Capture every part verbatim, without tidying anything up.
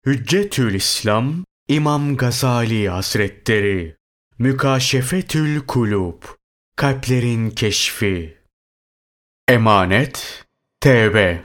Hüccetül İslam İmam Gazali Hazretleri. Mükaşefetül Kulub, Kalplerin Keşfi. Emanet, Tevbe.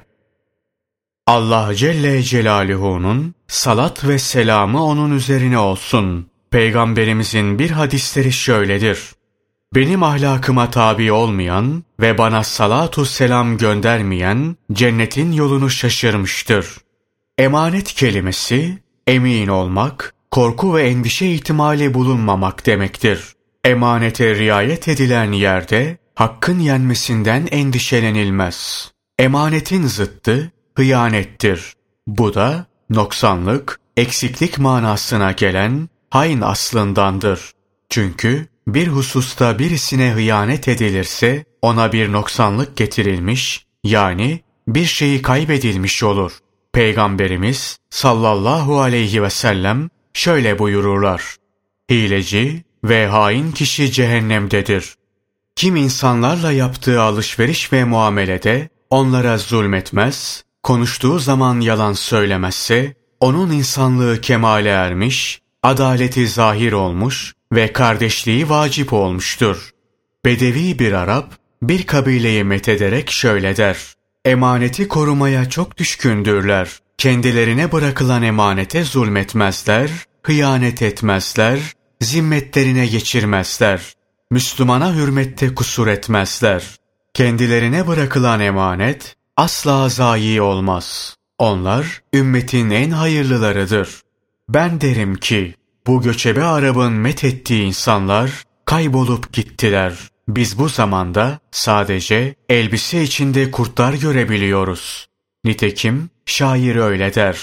Allah Celle Celaluhu'nun salat ve selamı onun üzerine olsun. Peygamberimizin bir hadisleri şöyledir: benim ahlakıma tabi olmayan ve bana salatu selam göndermeyen cennetin yolunu şaşırmıştır. Emanet kelimesi, emin olmak, korku ve endişe ihtimali bulunmamak demektir. Emanete riayet edilen yerde hakkın yenmesinden endişelenilmez. Emanetin zıttı hıyanettir. Bu da noksanlık, eksiklik manasına gelen hain aslındandır. Çünkü bir hususta birisine hıyanet edilirse ona bir noksanlık getirilmiş, yani bir şeyi kaybedilmiş olur. Peygamberimiz sallallahu aleyhi ve sellem şöyle buyururlar: hileci ve hain kişi cehennemdedir. Kim insanlarla yaptığı alışveriş ve muamelede onlara zulmetmez, konuştuğu zaman yalan söylemezse, onun insanlığı kemale ermiş, adaleti zahir olmuş ve kardeşliği vacip olmuştur. Bedevi bir Arap bir kabileyi methederek şöyle der: emaneti korumaya çok düşkündürler. Kendilerine bırakılan emanete zulmetmezler, hıyanet etmezler, zimmetlerine geçirmezler. Müslümana hürmette kusur etmezler. Kendilerine bırakılan emanet asla zayi olmaz. Onlar ümmetin en hayırlılarıdır. Ben derim ki bu göçebe Arap'ın methettiği insanlar kaybolup gittiler. Biz bu zamanda sadece elbise içinde kurtlar görebiliyoruz. Nitekim şair öyle der: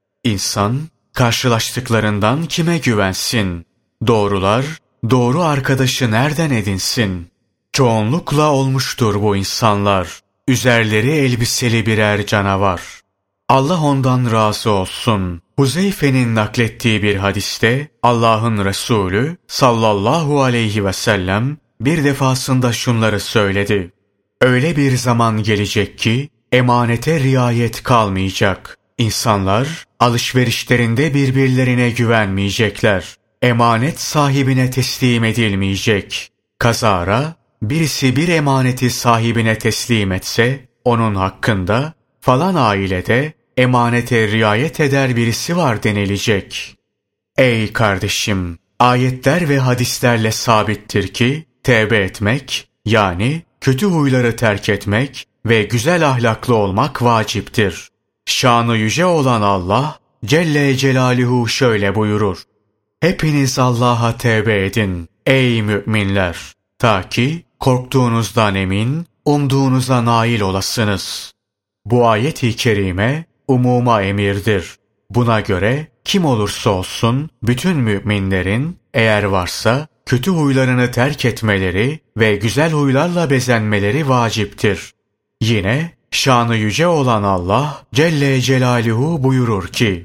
İnsan karşılaştıklarından kime güvensin? Doğrular doğru arkadaşı nereden edinsin? Çoğunlukla olmuştur bu insanlar, üzerleri elbiseli birer canavar. Allah ondan razı olsun. Huzeyfe'nin naklettiği bir hadiste Allah'ın Resulü sallallahu aleyhi ve sellem bir defasında şunları söyledi: öyle bir zaman gelecek ki emanete riayet kalmayacak. İnsanlar alışverişlerinde birbirlerine güvenmeyecekler. Emanet sahibine teslim edilmeyecek. Kazara birisi bir emaneti sahibine teslim etse, onun hakkında falan ailede emanete riayet eder birisi var denilecek. Ey kardeşim! Ayetler ve hadislerle sabittir ki tevbe etmek, yani kötü huyları terk etmek ve güzel ahlaklı olmak vaciptir. Şanı yüce olan Allah Celle Celaluhu şöyle buyurur: hepiniz Allah'a tevbe edin ey müminler, ta ki korktuğunuzdan emin, umduğunuza nail olasınız. Bu ayet-i kerime umuma emirdir. Buna göre kim olursa olsun bütün müminlerin eğer varsa kötü huylarını terk etmeleri ve güzel huylarla bezenmeleri vaciptir. Yine şanı yüce olan Allah Celle Celaluhu buyurur ki: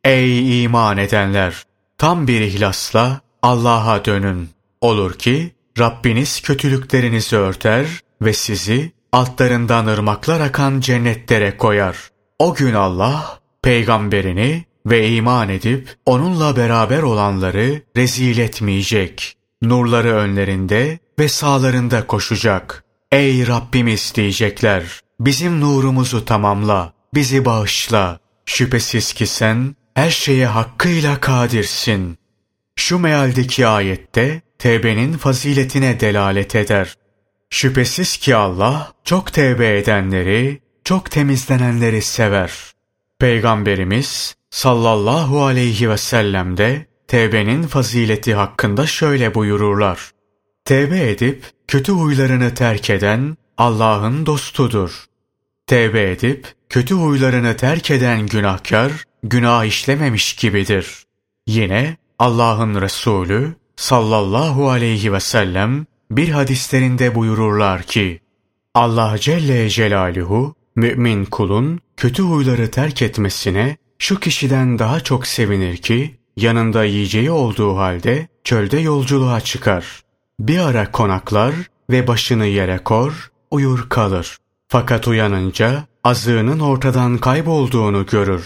ey iman edenler! Tam bir ihlasla Allah'a dönün. Olur ki Rabbiniz kötülüklerinizi örter ve sizi altlarından ırmaklar akan cennetlere koyar. O gün Allah peygamberini ve iman edip onunla beraber olanları rezil etmeyecek. Nurları önlerinde ve sağlarında koşacak. Ey Rabbimiz diyecekler, bizim nurumuzu tamamla, bizi bağışla. Şüphesiz ki sen her şeye hakkıyla kadirsin. Şu mealdeki ayette tevbenin faziletine delalet eder. Şüphesiz ki Allah çok tevbe edenleri, çok temizlenenleri sever. Peygamberimiz sallallahu aleyhi ve sellem de tevbenin fazileti hakkında şöyle buyururlar: tevbe edip kötü huylarını terk eden Allah'ın dostudur. Tevbe edip kötü huylarını terk eden günahkar günah işlememiş gibidir. Yine Allah'ın Resulü sallallahu aleyhi ve sellem bir hadislerinde buyururlar ki: Allah Celle Celaluhu mümin kulun kötü huyları terk etmesine şu kişiden daha çok sevinir ki yanında yiyeceği olduğu halde çölde yolculuğa çıkar. Bir ara konaklar ve başını yere kor, uyur kalır. Fakat uyanınca azığının ortadan kaybolduğunu görür.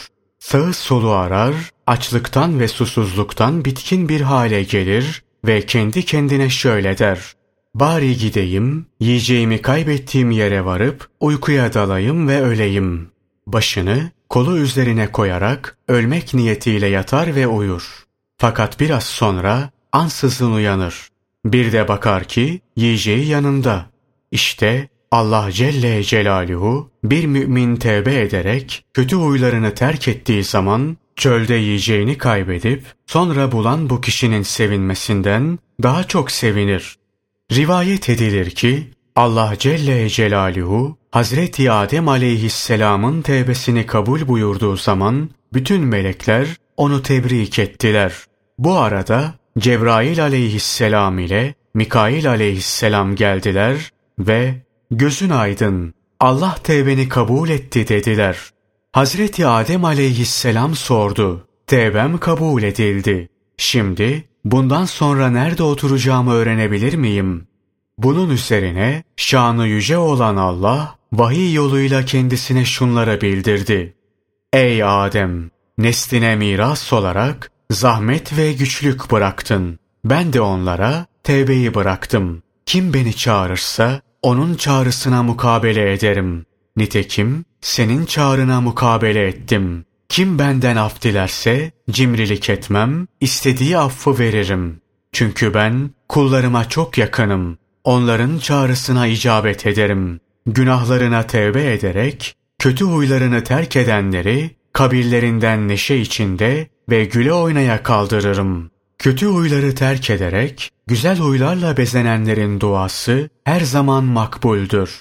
Sağı solu arar, açlıktan ve susuzluktan bitkin bir hale gelir ve kendi kendine şöyle der: bari gideyim, yiyeceğimi kaybettiğim yere varıp uykuya dalayım ve öleyim. Başını kolu üzerine koyarak ölmek niyetiyle yatar ve uyur. Fakat biraz sonra ansızın uyanır. Bir de bakar ki yiyeceği yanında. İşte Allah Celle Celaluhu bir mümin tevbe ederek kötü huylarını terk ettiği zaman çölde yiyeceğini kaybedip sonra bulan bu kişinin sevinmesinden daha çok sevinir. Rivayet edilir ki Allah Celle Celaluhu Hazreti Adem aleyhisselamın tevbesini kabul buyurduğu zaman bütün melekler onu tebrik ettiler. Bu arada Cebrail aleyhisselam ile Mikail aleyhisselam geldiler ve gözün aydın, Allah tevbeni kabul etti dediler. Hazreti Adem aleyhisselam sordu, tevbem kabul edildi. Şimdi bundan sonra nerede oturacağımı öğrenebilir miyim? Bunun üzerine şanı yüce olan Allah vahiy yoluyla kendisine şunlara bildirdi. Ey Adem! Nesline miras olarak zahmet ve güçlük bıraktın. Ben de onlara tevbeyi bıraktım. Kim beni çağırırsa onun çağrısına mukabele ederim. Nitekim senin çağrına mukabele ettim. Kim benden af dilerse cimrilik etmem, istediği affı veririm. Çünkü ben kullarıma çok yakınım. Onların çağrısına icabet ederim. Günahlarına tevbe ederek kötü huylarını terk edenleri kabirlerinden neşe içinde ve güle oynaya kaldırırım. Kötü huyları terk ederek güzel huylarla bezenenlerin duası her zaman makbuldür.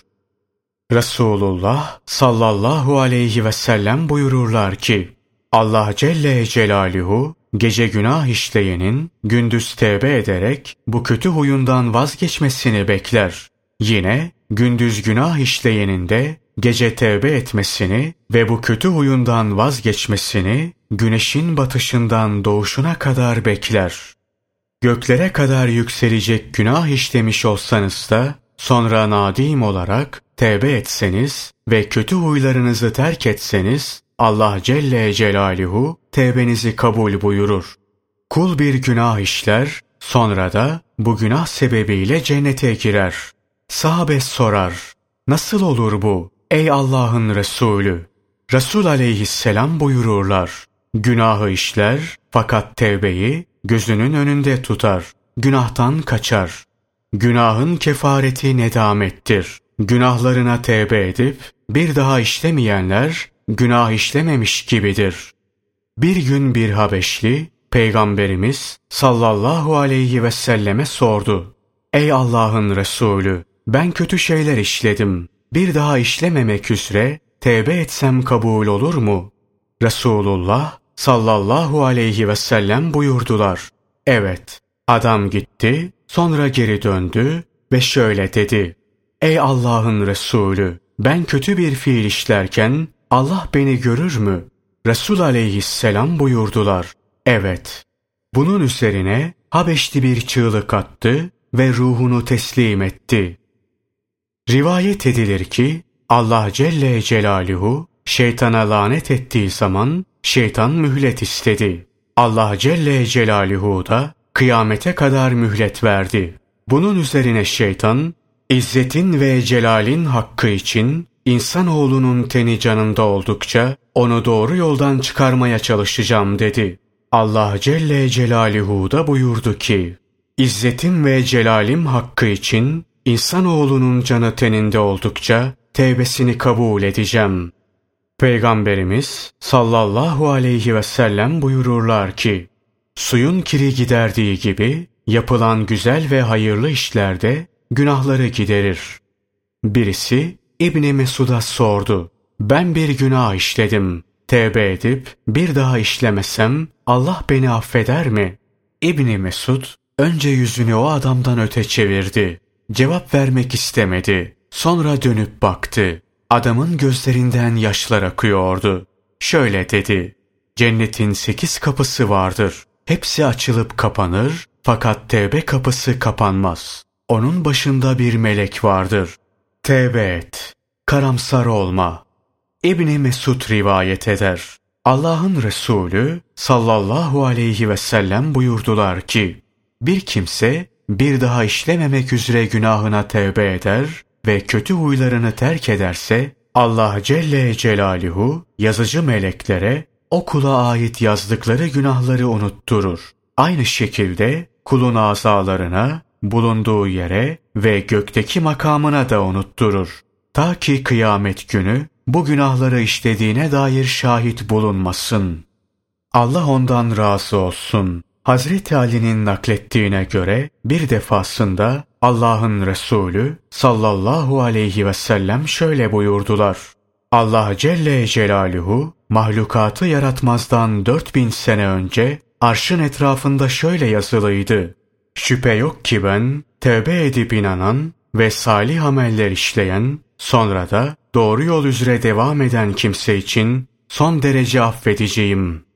Resulullah sallallahu aleyhi ve sellem buyururlar ki, Allah Celle Celaluhu gece günah işleyenin gündüz tevbe ederek bu kötü huyundan vazgeçmesini bekler. Yine gündüz günah işleyenin de gece tevbe etmesini ve bu kötü huyundan vazgeçmesini güneşin batışından doğuşuna kadar bekler. Göklere kadar yükselecek günah işlemiş olsanız da sonra nadim olarak tevbe etseniz ve kötü huylarınızı terk etseniz Allah Celle Celaluhu tevbenizi kabul buyurur. Kul bir günah işler, sonra da bu günah sebebiyle cennete girer. Sahabe sorar, nasıl olur bu ey Allah'ın Resulü? Resul aleyhisselam buyururlar, günahı işler fakat tevbeyi gözünün önünde tutar, günahtan kaçar. Günahın kefareti nedamettir. Günahlarına tevbe edip bir daha işlemeyenler günah işlememiş gibidir. Bir gün bir Habeşli Peygamberimiz sallallahu aleyhi ve selleme sordu. Ey Allah'ın Resulü, ben kötü şeyler işledim. Bir daha işlememek üzere tevbe etsem kabul olur mu? Resulullah sallallahu aleyhi ve sellem buyurdular. Evet. Adam gitti, sonra geri döndü ve şöyle dedi. Ey Allah'ın Resulü, ben kötü bir fiil işlerken Allah beni görür mü? Resul aleyhisselam buyurdular. Evet. Bunun üzerine Habeşli bir çığlık attı ve ruhunu teslim etti. Rivayet edilir ki Allah Celle Celaluhu şeytana lanet ettiği zaman şeytan mühlet istedi. Allah Celle Celaluhu da kıyamete kadar mühlet verdi. Bunun üzerine şeytan, İzzetin ve celalin hakkı için insanoğlunun teni canında oldukça onu doğru yoldan çıkarmaya çalışacağım dedi. Allah Celle Celaluhu da buyurdu ki, İzzetim ve celalim hakkı için insanoğlunun canı teninde oldukça tevbesini kabul edeceğim. Peygamberimiz sallallahu aleyhi ve sellem buyururlar ki, suyun kiri giderdiği gibi yapılan güzel ve hayırlı işlerde günahları giderir. Birisi İbn Mesud'a sordu. Ben bir günah işledim. Tevbe edip bir daha işlemesem Allah beni affeder mi? İbn Mesud önce yüzünü o adamdan öte çevirdi. Cevap vermek istemedi. Sonra dönüp baktı. Adamın gözlerinden yaşlar akıyordu. Şöyle dedi. Cennetin sekiz kapısı vardır. Hepsi açılıp kapanır fakat tevbe kapısı kapanmaz. Onun başında bir melek vardır. Tevbe et. Karamsar olma. İbn Mesud rivayet eder. Allah'ın Resulü sallallahu aleyhi ve sellem buyurdular ki, bir kimse bir daha işlememek üzere günahına tevbe eder ve kötü huylarını terk ederse, Allah Celle Celaluhu yazıcı meleklere o kula ait yazdıkları günahları unutturur. Aynı şekilde kulun azalarına, bulunduğu yere ve gökteki makamına da unutturur. Ta ki kıyamet günü bu günahları işlediğine dair şahit bulunmasın. Allah ondan razı olsun. Hazreti Ali'nin naklettiğine göre bir defasında Allah'ın Resulü sallallahu aleyhi ve sellem şöyle buyurdular. Allah Celle Celaluhu mahlukatı yaratmazdan dört bin sene önce arşın etrafında şöyle yazılıydı. Şüphe yok ki ben tevbe edip inanan ve salih ameller işleyen, sonra da doğru yol üzere devam eden kimse için son derece affedeceğim.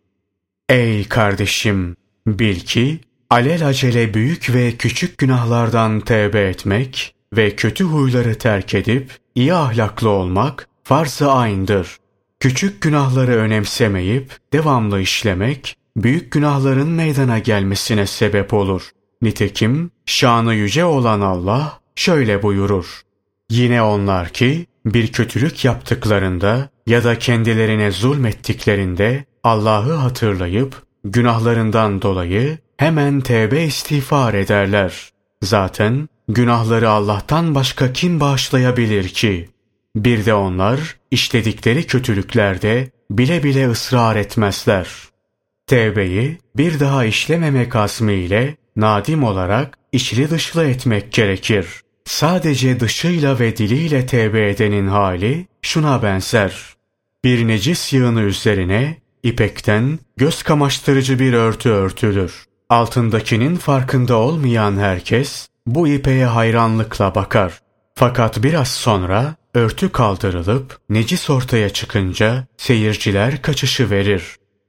Ey kardeşim! Bil ki alelacele büyük ve küçük günahlardan tevbe etmek ve kötü huyları terk edip iyi ahlaklı olmak farz-ı ayn'dır. Küçük günahları önemsemeyip devamlı işlemek büyük günahların meydana gelmesine sebep olur. Nitekim şanı yüce olan Allah şöyle buyurur. Yine onlar ki bir kötülük yaptıklarında ya da kendilerine zulmettiklerinde Allah'ı hatırlayıp günahlarından dolayı hemen tevbe istiğfar ederler. Zaten günahları Allah'tan başka kim bağışlayabilir ki? Bir de onlar işledikleri kötülüklerde bile bile ısrar etmezler. Tevbeyi bir daha işlememek azmiyle nadim olarak içli dışlı etmek gerekir. Sadece dışıyla ve diliyle tevbe edenin hali şuna benzer. Bir necis yığını üzerine İpekten göz kamaştırıcı bir örtü örtülür. Altındakinin farkında olmayan herkes bu ipeğe hayranlıkla bakar. Fakat biraz sonra örtü kaldırılıp necis ortaya çıkınca seyirciler kaçışı verir.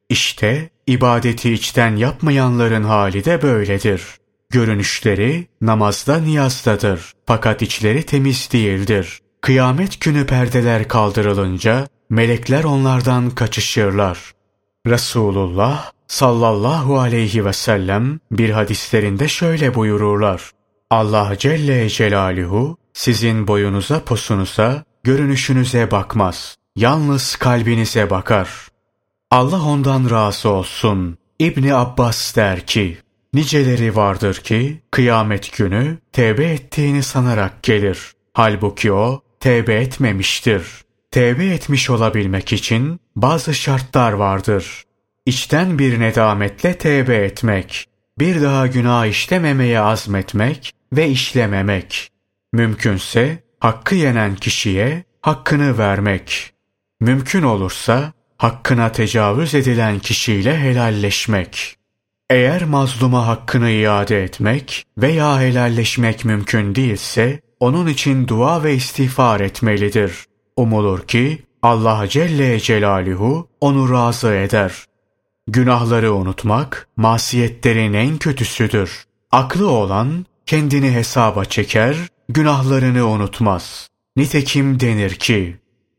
İşte ibadeti içten yapmayanların hali de böyledir. Görünüşleri namazda niyazdadır fakat içleri temiz değildir. Kıyamet günü perdeler kaldırılınca melekler onlardan kaçışırlar. Resulullah sallallahu aleyhi ve sellem bir hadislerinde şöyle buyururlar. Allah Celle Celaluhu sizin boyunuza posunuza, görünüşünüze bakmaz. Yalnız kalbinize bakar. Allah ondan razı olsun. İbni Abbas der ki, niceleri vardır ki kıyamet günü tevbe ettiğini sanarak gelir. Halbuki o tevbe etmemiştir. Tevbe etmiş olabilmek için bazı şartlar vardır. İçten bir nedametle tevbe etmek, bir daha günah işlememeye azmetmek ve işlememek. Mümkünse hakkı yenen kişiye hakkını vermek. Mümkün olursa hakkına tecavüz edilen kişiyle helalleşmek. Eğer mazluma hakkını iade etmek veya helalleşmek mümkün değilse, onun için dua ve istiğfar etmelidir. Umulur ki Allah Celle Celaluhu onu razı eder. Günahları unutmak, masiyetlerin en kötüsüdür. Aklı olan kendini hesaba çeker, günahlarını unutmaz. Nitekim denir ki,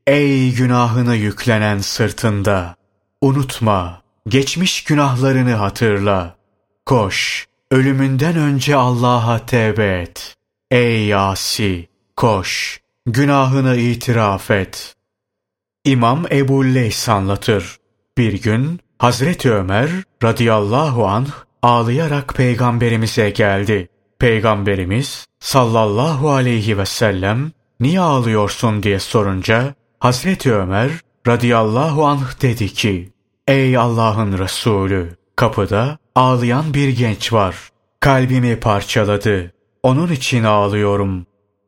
ey günahını yüklenen sırtında, unutma, geçmiş günahlarını hatırla. Koş, ölümünden önce Allah'a tevbe et. Ey asi, koş, günahını itiraf et. İmam Ebu Leys anlatır. Bir gün Hazreti Ömer radıyallahu anh ağlayarak peygamberimize geldi. Peygamberimiz sallallahu aleyhi ve sellem niye ağlıyorsun diye sorunca Hazreti Ömer radıyallahu anh dedi ki, ey Allah'ın Resulü, kapıda ağlayan bir genç var. Kalbimi parçaladı. Onun için ağlıyorum.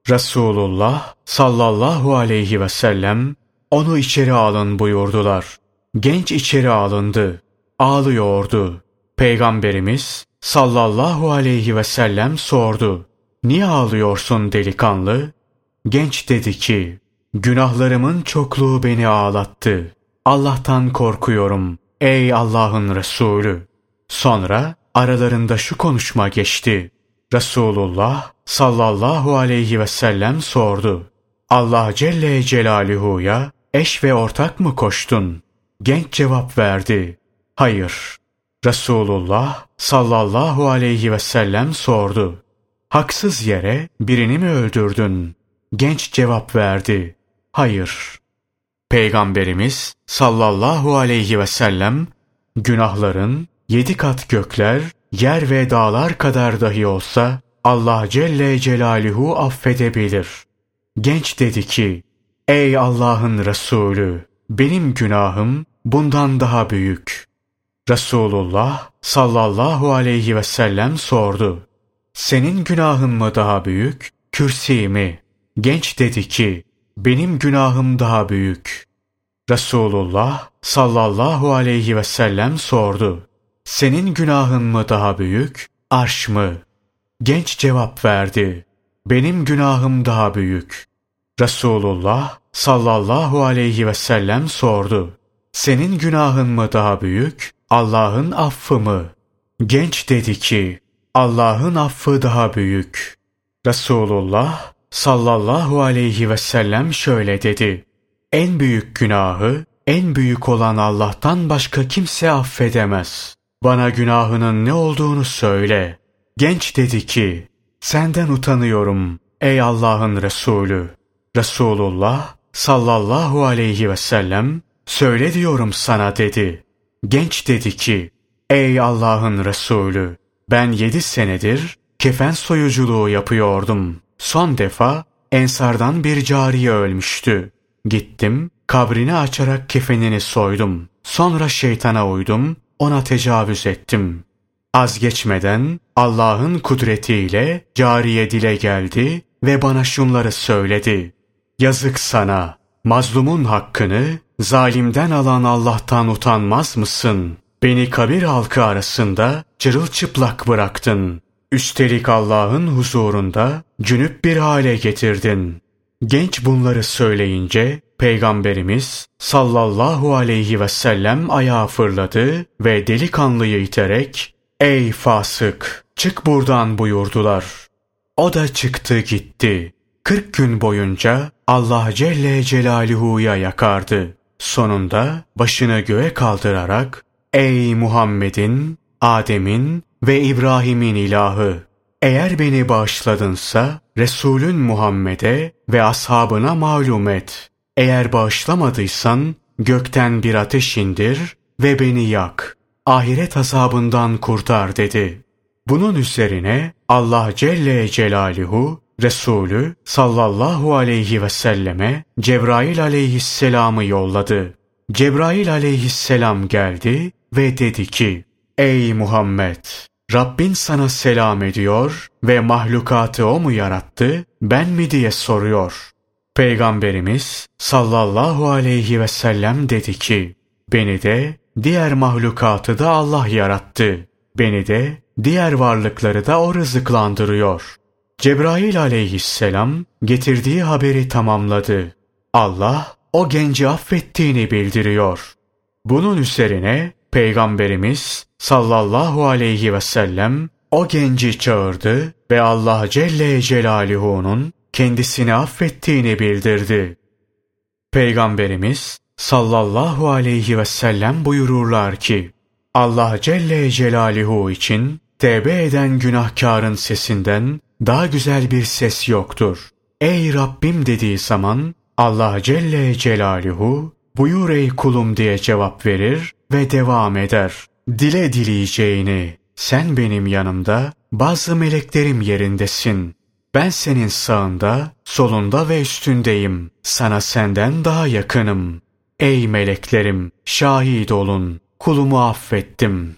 Resulullah sallallahu aleyhi ve sellem onu içeri alın buyurdular. Genç içeri alındı. Ağlıyordu. Peygamberimiz sallallahu aleyhi ve sellem sordu. Niye ağlıyorsun delikanlı? Genç dedi ki, günahlarımın çokluğu beni ağlattı. Allah'tan korkuyorum. Ey Allah'ın Resulü. Sonra aralarında şu konuşma geçti. Resulullah sallallahu aleyhi ve sellem sordu. Allah Celle Celaluhu'ya eş ve ortak mı koştun? Genç cevap verdi. Hayır. Resulullah sallallahu aleyhi ve sellem sordu. Haksız yere birini mi öldürdün? Genç cevap verdi. Hayır. Peygamberimiz sallallahu aleyhi ve sellem günahların yedi kat gökler, yer ve dağlar kadar dahi olsa Allah Celle Celaluhu affedebilir. Genç dedi ki, ey Allah'ın Resulü, benim günahım bundan daha büyük. Resulullah sallallahu aleyhi ve sellem sordu. Senin günahın mı daha büyük, kürsi mi? Genç dedi ki, benim günahım daha büyük. Resulullah sallallahu aleyhi ve sellem sordu. Senin günahın mı daha büyük, arş mı? Genç cevap verdi. Benim günahım daha büyük. Resulullah sallallahu aleyhi ve sellem sordu. Senin günahın mı daha büyük, Allah'ın affı mı? Genç dedi ki, Allah'ın affı daha büyük. Resulullah sallallahu aleyhi ve sellem şöyle dedi. En büyük günahı, en büyük olan Allah'tan başka kimse affedemez. Bana günahının ne olduğunu söyle. Genç dedi ki, senden utanıyorum ey Allah'ın Resulü. Resulullah sallallahu aleyhi ve sellem, söyle diyorum sana dedi. Genç dedi ki, ey Allah'ın Resulü, ben yedi senedir kefen soyuculuğu yapıyordum. Son defa Ensardan bir cariye ölmüştü. Gittim, kabrini açarak kefenini soydum. Sonra şeytana uydum, ona tecavüz ettim. Az geçmeden Allah'ın kudretiyle cariye dile geldi ve bana şunları söyledi. Yazık sana, mazlumun hakkını zalimden alan Allah'tan utanmaz mısın? Beni kabir halkı arasında çırılçıplak bıraktın. Üstelik Allah'ın huzurunda cünüp bir hale getirdin. Genç bunları söyleyince Peygamberimiz sallallahu aleyhi ve sellem ayağa fırladı ve delikanlıyı iterek ''Ey fasık, çık buradan'' buyurdular. O da çıktı gitti. Kırk gün boyunca Allah Celle Celaluhu'ya yakardı. Sonunda başını göğe kaldırarak ''Ey Muhammed'in, Adem'in ve İbrahim'in ilahı! Eğer beni bağışladınsa Resulün Muhammed'e ve ashabına malum et. Eğer bağışlamadıysan gökten bir ateş indir ve beni yak. Ahiret azabından kurtar dedi. Bunun üzerine Allah Celle Celaluhu Resulü sallallahu aleyhi ve selleme Cebrail aleyhisselamı yolladı. Cebrail aleyhisselam geldi ve dedi ki, ''Ey Muhammed! Rabbin sana selam ediyor ve mahlukatı o mu yarattı, ben mi diye soruyor.'' Peygamberimiz sallallahu aleyhi ve sellem dedi ki, ''Beni de diğer mahlukatı da Allah yarattı. Beni de diğer varlıkları da o rızıklandırıyor.'' Cebrail aleyhisselam getirdiği haberi tamamladı. Allah o genci affettiğini bildiriyor. Bunun üzerine Peygamberimiz sallallahu aleyhi ve sellem o genci çağırdı ve Allah Celle Celaluhu'nun kendisini affettiğini bildirdi. Peygamberimiz sallallahu aleyhi ve sellem buyururlar ki, Allah Celle Celaluhu için tevbe eden günahkarın sesinden daha güzel bir ses yoktur. Ey Rabbim dediği zaman Allah Celle Celaluhu buyur ey kulum diye cevap verir ve devam eder. Dile dileyeceğini, sen benim yanımda, bazı meleklerim yerindesin. Ben senin sağında, solunda ve üstündeyim. Sana senden daha yakınım. Ey meleklerim, şahit olun, kulumu affettim.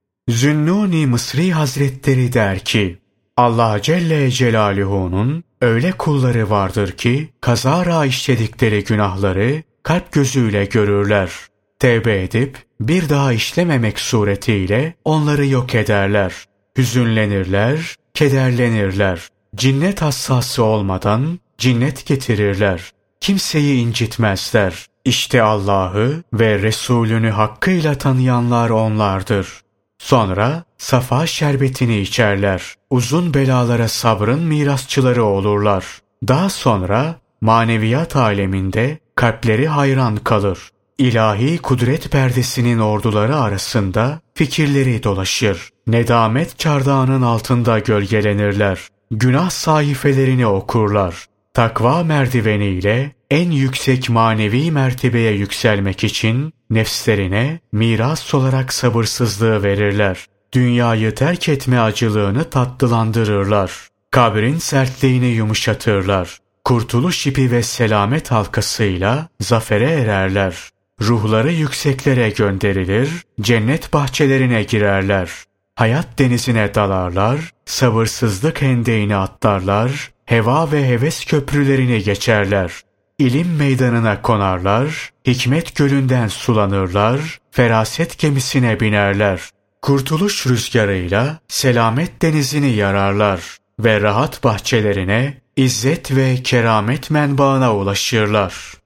Zünnûn-i Mısri Hazretleri der ki, Allah Celle Celaluhu'nun öyle kulları vardır ki, kazara işledikleri günahları kalp gözüyle görürler. Tevbe edip bir daha işlememek suretiyle onları yok ederler. Hüzünlenirler, kederlenirler. Cinnet hassası olmadan cinnet getirirler. Kimseyi incitmezler. İşte Allah'ı ve Resulünü hakkıyla tanıyanlar onlardır. Sonra safa şerbetini içerler. Uzun belalara sabrın mirasçıları olurlar. Daha sonra maneviyat aleminde kalpleri hayran kalır. ilahi kudret perdesinin orduları arasında fikirleri dolaşır. Nedamet çardağının altında gölgelenirler. Günah sayfelerini okurlar. Takva merdiveniyle en yüksek manevi mertebeye yükselmek için nefslerine miras olarak sabırsızlığı verirler. Dünyayı terk etme acılığını tatlılandırırlar. Kabrin sertliğini yumuşatırlar. Kurtuluş ipi ve selamet halkasıyla zafere ererler. Ruhları yükseklere gönderilir, cennet bahçelerine girerler. Hayat denizine dalarlar, sabırsızlık hendeğini atlarlar, heva ve heves köprülerini geçerler. İlim meydanına konarlar, hikmet gölünden sulanırlar, feraset gemisine binerler. Kurtuluş rüzgarıyla selamet denizini yararlar ve rahat bahçelerine, İzzet ve keramet menbaına ulaşırlar.